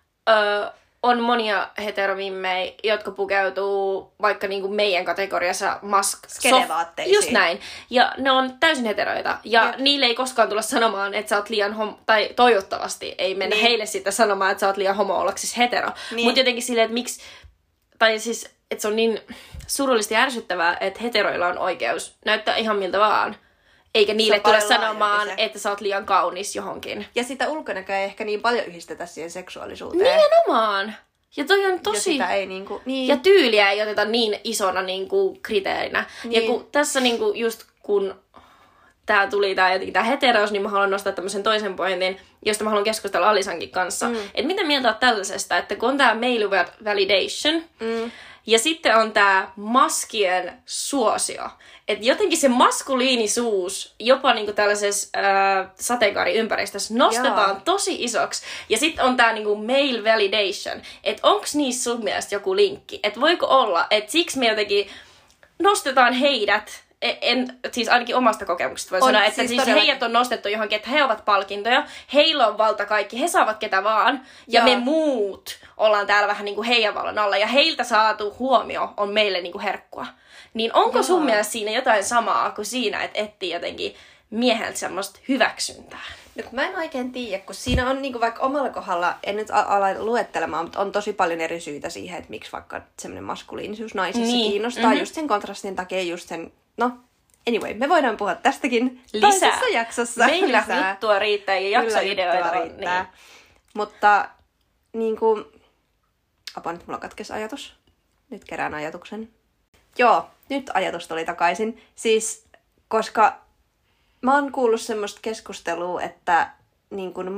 on monia heterovimmejä, jotka pukeutuu vaikka niinku meidän kategoriassa skelevaatteisiin. Just näin. Ja ne on täysin heteroita. Ja niille ei koskaan tulla sanomaan, että sä oot liian tai toivottavasti ei mennä heille sitten sanomaan, että sä oot liian homo ollaksesi hetero. Niin. Mutta jotenkin silleen, että miksi, tai siis, että se on niin surullisesti ärsyttävää, että heteroilla on oikeus näyttää ihan miltä vaan. Eikä niille tule sanomaan, että sä oot liian kaunis johonkin. Ja sitä ulkonäköä ei ehkä niin paljon yhdistetä siihen seksuaalisuuteen. Nimenomaan! Ja toi on tosi... Ja, sitä ei niinku, niin. Ja tyyliä ei oteta niin isona niinku kriteerinä. Niin. Ja kun tässä niinku just kun tää tuli tää heterous, niin mä haluan nostaa tämmöisen toisen pointin, josta mä haluan keskustella Alisankin kanssa. Että mitä mieltä oot tällaisesta, että kun on tää male validation, ja sitten on tää maskien suosio. Että jotenkin se maskuliinisuus jopa niinku tällaisessa sateenkaariympäristössä nostetaan tosi isoksi. Ja sitten on tää niinku male validation. Että onks niissä sun mielestä joku linkki? Että voiko olla, että siksi me jotenkin nostetaan heidät, siis ainakin omasta kokemuksesta voi sanoa, että siis heidät on nostettu johonkin, että he ovat palkintoja, heillä on valta kaikki, he saavat ketä vaan, ja me muut ollaan täällä vähän niin kuin heidän valon alla, ja heiltä saatu huomio on meille niin kuin herkkua. Niin onko sun mielestä siinä jotain samaa kuin siinä, että etsii jotenkin mieheltä semmoista hyväksyntää? No mä en oikein tiedä, kun siinä on niinku vaikka omalla kohdalla, en nyt ala luettelemaan, mutta on tosi paljon eri syitä siihen, että miksi vaikka semmoinen maskuliinisuus naisissa kiinnostaa just sen kontrastin takia, just sen, no anyway, me voidaan puhua tästäkin toisessa jaksossa. Meillä juttua riittää ja jaksoideoita riittää. Niin. Mutta niinku, apua nyt mulla katkesi ajatus. Nyt kerään ajatuksen. Joo, nyt ajatus tuli takaisin. Siis, koska mä oon kuullut semmoista keskustelua, että niin kuin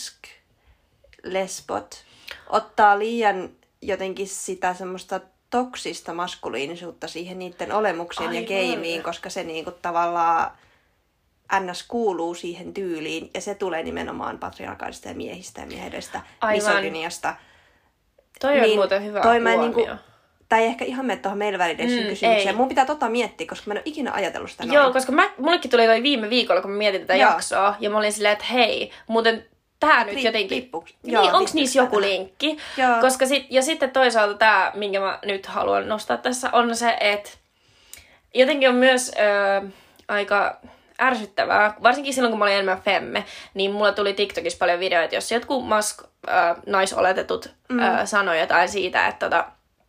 lesbot ottaa liian jotenkin sitä semmoista toksista maskuliinisuutta siihen niiden olemukseen ja geimiin, koska se niin kuin tavallaan NS kuuluu siihen tyyliin, ja se tulee nimenomaan patriarkaalista ja miehistä ja miehedestä, Aivan. misogyniasta. Toi on muuten hyvä huomio. Niinku, tai ei ehkä ihan mene tuohon meillä validation kysymykseen. Mun pitää miettiä, koska mä en ole ikinä ajatellut sitä noin. Joo, koska mullekin tuli toi viime viikolla, kun mä mietin tätä jaksoa, ja mä olin silleen, että hei, muuten tää nyt jotenkin... Niin, onks niissä joku linkki? Joo. Koska sitten toisaalta tää, minkä mä nyt haluan nostaa tässä, on se, että jotenkin on myös aika ärsyttävää, varsinkin silloin, kun mä olin enemmän femme, niin mulla tuli TikTokissa paljon videoita, jos jotkut naisoletetut sanoi jotain siitä, että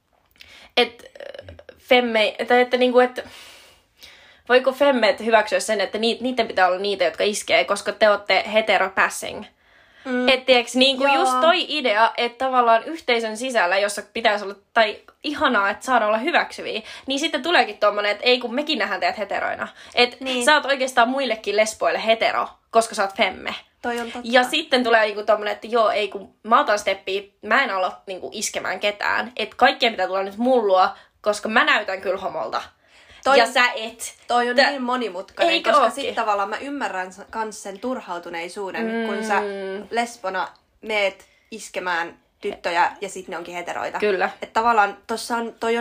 femme, että niinku, että voiko femmet hyväksyä sen, että niiden pitää olla niitä, jotka iskee, koska te olette heteropassing. Että niinku just toi idea, että tavallaan yhteisön sisällä, jossa pitäisi olla, tai ihanaa, että saada olla hyväksyviä, niin sitten tuleekin tommonen, että ei kun mekin nähdään teidät heteroina. Että sä oot oikeastaan muillekin lesboille hetero, koska sä oot femme. Toi on totta. Ja sitten tulee niinku tommonen, että joo, ei kun mä otan steppiä, mä en ala niinku iskemään ketään. Että kaikkien pitää tulla nyt mullua, koska mä näytän kyllä homolta. Ja sä et. Toi on niin monimutkainen, Eikö koska ookin? sit tavallaan mä ymmärrän kans sen turhautuneisuuden, kun sä lesbona meet iskemään tyttöjä ja sit ne onkin heteroita. Kyllä. Että tavallaan tossa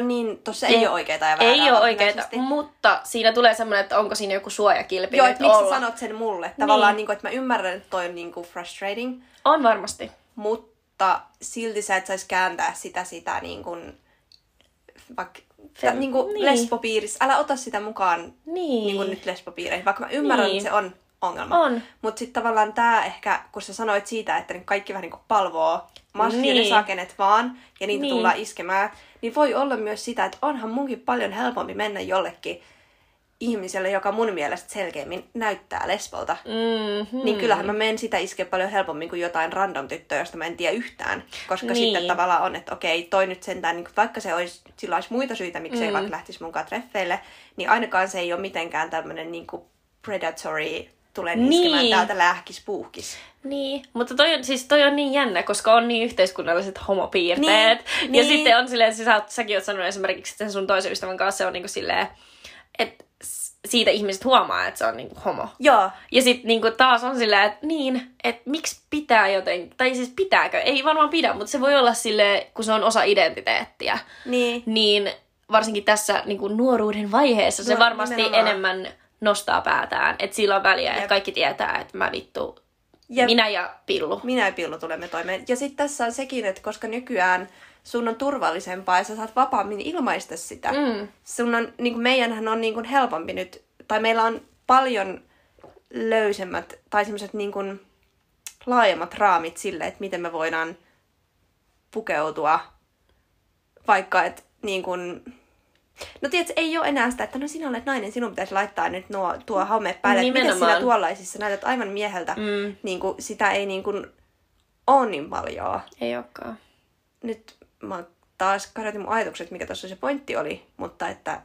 ei ole oikeeta ja väärää. Ei ole oikeeta, mutta siinä tulee semmoinen, että onko siinä joku suojakilpi. Joo, että miksi olla. sä sanot sen mulle? Tavallaan, niin kuin, että mä ymmärrän, että toi on niin kuin frustrating. On varmasti. Mutta silti sä et sais kääntää sitä niin kuin, vaikka niin kuin lesbopiirissä. Älä ota sitä mukaan niin kuin nyt lesbopiireihin, vaikka mä ymmärrän, että se on ongelma. On. Mutta sitten tavallaan tää ehkä, kun sä sanoit siitä, että kaikki vähän niin kuin palvoo massia, ne saa kenet vaan, ja niitä tullaan iskemään, niin voi olla myös sitä, että onhan munkin paljon helpompi mennä jollekin ihmiselle, joka mun mielestä selkeämmin näyttää lesbolta. Niin kyllähän mä menen sitä iskeä paljon helpommin kuin jotain random tyttöä, josta mä en tiedä yhtään. Koska sitten tavallaan on, että okei, toi nyt sentään, niin vaikka sillä olisi muita syitä, miksei vaikka lähtisi munkaan treffeille, niin ainakaan se ei ole mitenkään tämmönen niin kuin predatory, tulen iskemään täältä lähkis-puuhkis. Niin, mutta toi on niin jännä, koska on niin yhteiskunnalliset homopiirteet. Niin. Ja sitten on silleen, että säkin oot sanonut esimerkiksi sen sun toisen ystävän kanssa, se on niinku silleen, että siitä ihmiset huomaa, että se on niinku homo. Joo. Ja sit niinku taas on silleen, että miksi pitää jotenkin, tai siis pitääkö, ei varmaan pidä, mutta se voi olla silleen, kun se on osa identiteettiä. Niin varsinkin tässä niinku nuoruuden vaiheessa se varmasti nimenomaan enemmän nostaa päätään, että sillä on väliä, että kaikki tietää, että mä vittu, minä ja Pillu. Minä ja Pillu tulemme toimeen. Ja sitten tässä on sekin, että koska nykyään sun on turvallisempaa ja sä saat vapaammin ilmaista sitä. Sun on, niin kuin meidänhän on niin kuin helpompi nyt, tai meillä on paljon löysemmät tai semmoiset niin kuin laajemmat raamit sille, että miten me voidaan pukeutua. Vaikka, että niin kuin, no tiedätkö, ei ole enää sitä, että no sinä olet nainen, sinun pitäisi laittaa nyt tuo haume päälle. Että miten sinä tuollaisissa näytät aivan mieheltä, niin kuin, sitä ei niin kuin ole niin paljon. Ei olekaan. Nyt mä taas kadotin mun ajatukset, mikä tuossa se pointti oli, mutta että...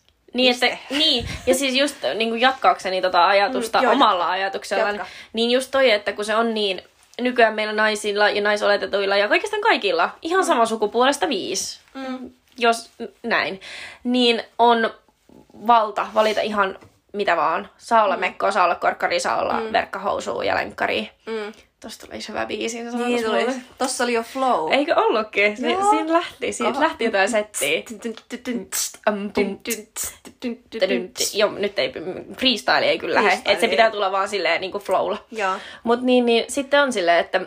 Niin, ja siis just niin jatkaakseni tota ajatusta omalla ajatuksella, niin just toi, että kun se on niin, nykyään meillä naisilla ja naisoletetuilla ja oikeastaan kaikilla, ihan sama sukupuolesta 5, jos näin, niin on valta valita ihan mitä vaan. Saa olla mekkoa, saa olla korkkari, saa olla verkkahousua ja lenkkari. Tosta tuli hyvä biisi. Niin tuli. Tossa oli jo flow. Eikö ollutkin? Siinä lähti jotain settiä. Joo, nyt ei, freestyle ei kyllä lähde. Että se pitää tulla vaan silleen niinku flowlla. Mut niin, sitten on silleen, että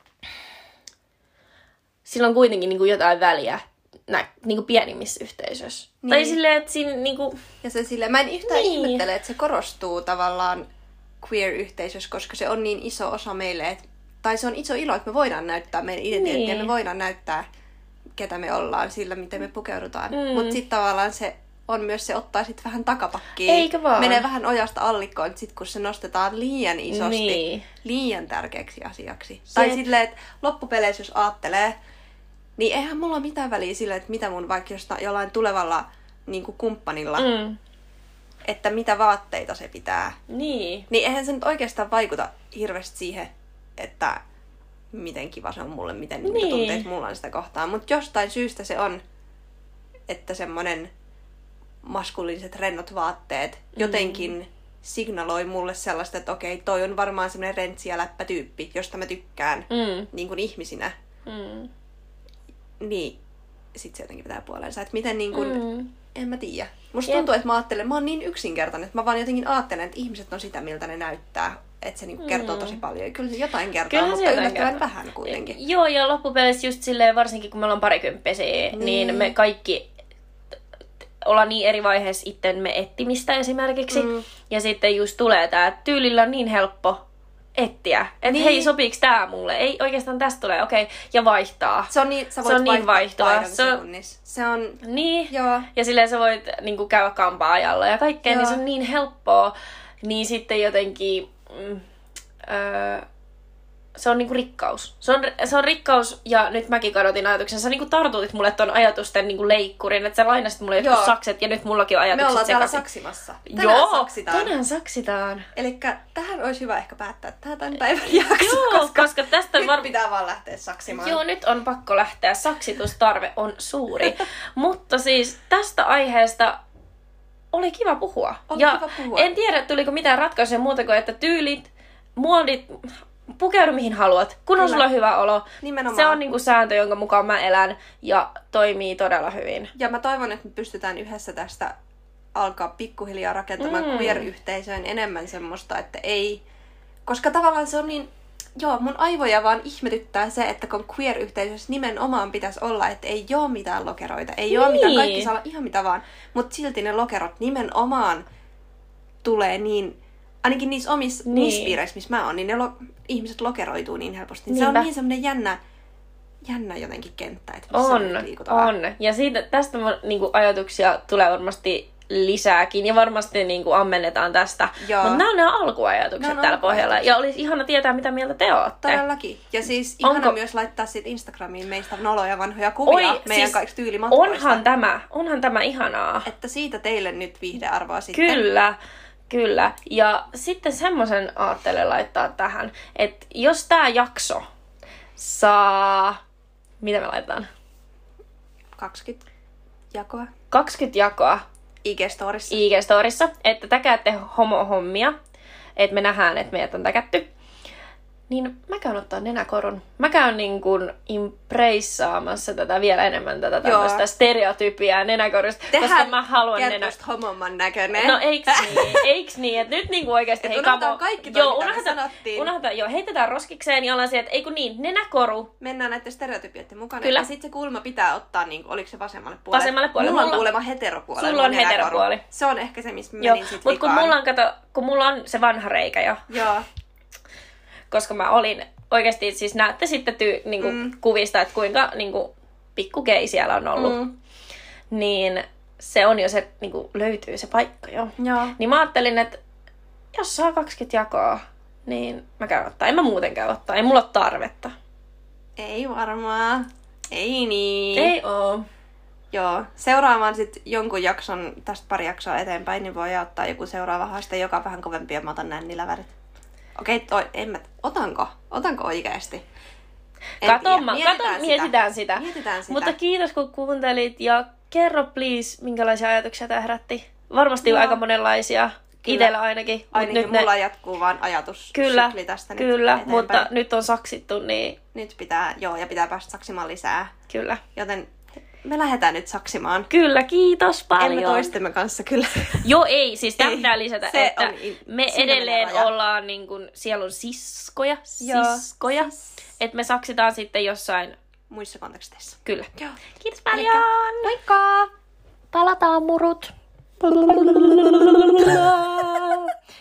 sillä on kuitenkin niinku jotain väliä niinku pienimmissä yhteisöissä. Niin. Tai silleen, että siinä niinku... Ja se silleen, mä en yhtään ihmettele, että se korostuu tavallaan queer-yhteisössä, koska se on niin iso osa meille, tai se on iso ilo, että me voidaan näyttää meidän identiteettiä, me voidaan näyttää, ketä me ollaan sillä, miten me pukeudutaan. Mutta sitten tavallaan se on myös, se ottaa sitten vähän takapakkiin. Eikä vaan. Menee vähän ojasta allikkoon, sit kun se nostetaan liian isosti, liian tärkeäksi asiaksi. Tai silleen, että loppupeleissä jos ajattelee, niin eihän mulla ole mitään väliä sille, että mitä mun vaikka jollain tulevalla niin kuin kumppanilla, että mitä vaatteita se pitää. Niin eihän se nyt oikeastaan vaikuta hirveästi siihen, että miten kiva se on mulle, miten mitä tunteet mulla on sitä kohtaan. Mutta jostain syystä se on, että semmonen maskuliiniset rennot vaatteet jotenkin signaloi mulle sellaista, että okei, toi on varmaan semmoinen rentsi ja läppätyyppi, josta mä tykkään niin kuin ihmisinä. Niin sit se jotenkin pitää puoleensa. Että miten niin kuin, en mä tiedä. Musta tuntuu, että mä oon niin yksinkertainen, että mä vaan jotenkin ajattelen, että ihmiset on sitä, miltä ne näyttää. Että se niinku kertoo tosi paljon. Kyllä se jotain kertoo, kyllä mutta yllättävän vähän kuitenkin. Joo, ja loppupeleissä just silleen, varsinkin kun me ollaan parikymppisiä, niin me kaikki ollaan niin eri vaiheessa itsemme ettimistä esimerkiksi. Ja sitten just tulee tää, että tyylillä on niin helppo etsiä. Että hei, sopiiks tää mulle? Ei oikeastaan tästä tulee, okei. Ja vaihtaa. Se on niin, sä voit vaihtaa sekunnissa. Se on... Niin. Joo. Ja silleen sä voit niinku käydä kampaajalla ja kaikkea, niin se on niin helppoa. Niin sitten jotenkin... se on niinku rikkaus. Se on rikkaus, ja nyt mäkin kadotin ajatuksen. Sä niinku tartutit mulle ton ajatusten niinku leikkurin, että sä lainasit mulle jotkut sakset, ja nyt mullakin on ajatukset sekaisin. Me ollaan täällä saksimassa. Tänään saksitaan. Elikkä tähän olisi hyvä ehkä päättää tämän päivän jakso, koska tästä nyt pitää vaan lähteä saksimaan. Joo, nyt on pakko lähteä. Saksitustarve on suuri. Mutta siis tästä aiheesta oli kiva puhua. En tiedä, tuliko mitään ratkaisuja muuta kuin, että tyylit, muodit, pukeudu mihin haluat, kun on sulla hyvä olo. Nimenomaan. Se on niinku sääntö, jonka mukaan mä elän ja toimii todella hyvin. Ja mä toivon, että me pystytään yhdessä tästä alkaa pikkuhiljaa rakentamaan queer-yhteisöön enemmän semmoista, että ei... Koska tavallaan se on niin... Joo, mun aivoja vaan ihmetyttää se, että kun queer-yhteisössä nimenomaan pitäisi olla, että ei ole mitään lokeroita, ei ole mitään, kaikki saa olla ihan mitä vaan. Mutta silti ne lokerot nimenomaan tulee niin... Ainakin niissä omissa piireissä, missä mä oon, niin ne ihmiset lokeroituu niin helposti. Niinpä. Se on niin semmoinen jännä jotenkin kenttä, että missä liikutaan. On. Ja tästä niinku, ajatuksia tulee varmasti lisääkin ja varmasti niinku, ammennetaan tästä. Mutta nämä on ne alkuajatukset täällä pohjalla. Ja olisi ihana tietää, mitä mieltä te ootte. Todellakin. Ja siis ihana myös laittaa sit Instagramiin meistä noloja vanhoja kuvia meidän siis kaikista tyylimatkoista. Onhan tämä ihanaa. Että siitä teille nyt viihdearvoa sitten. Kyllä. Ja sitten semmoisen aattelen laittaa tähän, että jos tää jakso saa... Mitä me laitetaan? 20 jakoa. 20 jakoa. IG-storissa. Että täkäätte homo-hommia. Että me nähdään, että meidät on täkätty. Niin mä käyn ottaa nenäkorun. Mä käyn niin kuin impreissaamassa tätä vielä enemmän tätä tämmöistä stereotypiaa nenäkorusta. Koska mä haluan homomman näköinen. No eiks niin? Että nyt niinku oikeesti hei kamo. Kaikki toi, mitä me sanottiin. Heitetään roskikseen ja ollaan että ei kun niin, nenäkoru. Mennään näiden stereotypioiden mukana. Kyllä. Ja sit se kulma pitää ottaa, niinku, oliko se vasemmalle puolelle? Vasemmalle puolelle. Mulla on kuulemma heteropuolelle. Sulla on heteropuoli. Se on ehkä se, missä menin sit mut kun mulla on se vanha reikä jo. Joo. Koska mä olin oikeesti, siis näette sitten niinku, kuvista, että kuinka niinku, pikku gay siellä on ollut. Niin se on jo se, niinku, löytyy se paikka jo. Joo. Niin mä ajattelin, että jos saa 20 jakoa, niin mä käyn ottaa. En mä muuten käy ottaa, ei mulla ole tarvetta. Ei varmaan. Ei niin. Ei oo. Joo. Seuraavaan sit jonkun jakson, tästä pari jaksoa eteenpäin, niin voi ottaa joku seuraava haaste, joka on vähän kovempi ja mä otan nännilävärit. Okei, otanko oikeasti? Mietitään sitä. Mutta kiitos kun kuuntelit ja kerro please, minkälaisia ajatuksia tämä herätti. Varmasti aika monenlaisia. Itellä ainakin. Ainakin mulla jatkuu vaan ajatussykli tästä nyt eteenpäin. Mutta nyt on saksittu, niin... Nyt pitää päästä saksimaan lisää. Kyllä. Joten me lähdetään nyt saksimaan. Kyllä, kiitos paljon. Emme toistemme kanssa kyllä. Joo, ei. Siis tämä pitää lisätä, että me edelleen ollaan niin kuin, siellä on siskoja. Että me saksitaan sitten jossain... muissa konteksteissa. Kyllä. Joo. Kiitos paljon. Moikka! Palataan murut.